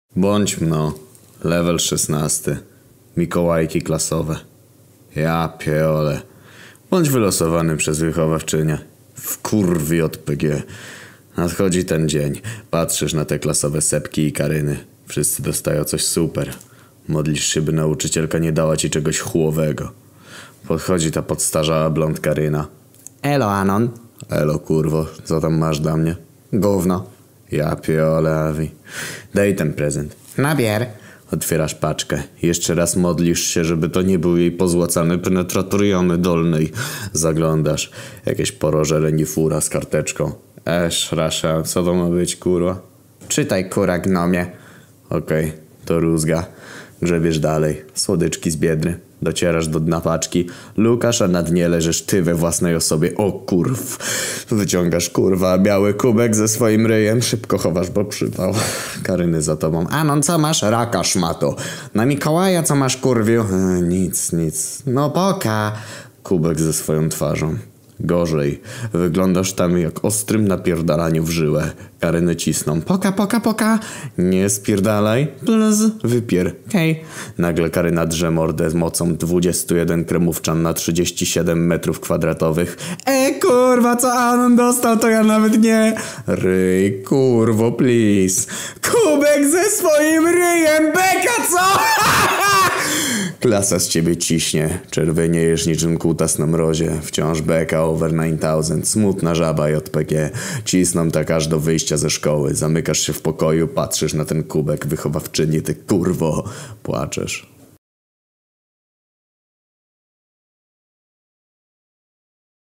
Bądź mno. Level 16. Mikołajki klasowe. Ja piole. Bądź wylosowany przez wychowawczynię. Wkurwi JPG. Nadchodzi ten dzień. Patrzysz na te klasowe Sepki i Karyny. Wszyscy dostają coś super. Modlisz się, by nauczycielka nie dała ci czegoś chłowego. Podchodzi ta podstarzała blond Karyna. Elo, Anon. Elo kurwo, co tam masz dla mnie? Gówno. Ja piole, Avi. Daj ten prezent. Nabier. Otwierasz paczkę. Jeszcze raz modlisz się, żeby to nie był jej pozłacany penetrator jamy dolnej. Zaglądasz. Jakieś poroże renifura z karteczką. Rasza, co to ma być, kurwa? Czytaj, kura gnomie. Okej, to rózga. Grzebiesz dalej. Słodyczki z Biedry. Docierasz do dna paczki. Lukasz, a na dnie leżysz ty we własnej osobie. O kurw. Wyciągasz, kurwa, biały kubek ze swoim ryjem. Szybko chowasz, bo przypał. Karyny za tobą. Anon, co masz? Raka szmato. Na Mikołaja co masz, kurwiu? Nic. No poka. Kubek ze swoją twarzą. Gorzej. Wyglądasz tam jak ostrym napierdalaniu w żyłę. Karyny cisną. Poka. Nie spierdalaj. Wypier. Hej. Nagle Karyna drze mordę z mocą 21 kremówczan na 37 metrów kwadratowych. Kurwa, co Anon dostał, to ja nawet nie. Ryj, kurwo, please. Kubek ze swoim ryjem, beka, co? Klasa z ciebie ciśnie. Czerwieniejesz niczym kutas na mrozie. Wciąż beka over 9000. Smutna żaba JPG. Cisną tak aż do wyjścia ze szkoły. Zamykasz się w pokoju, patrzysz na ten kubek. Wychowawczyni, ty kurwo. Płaczesz.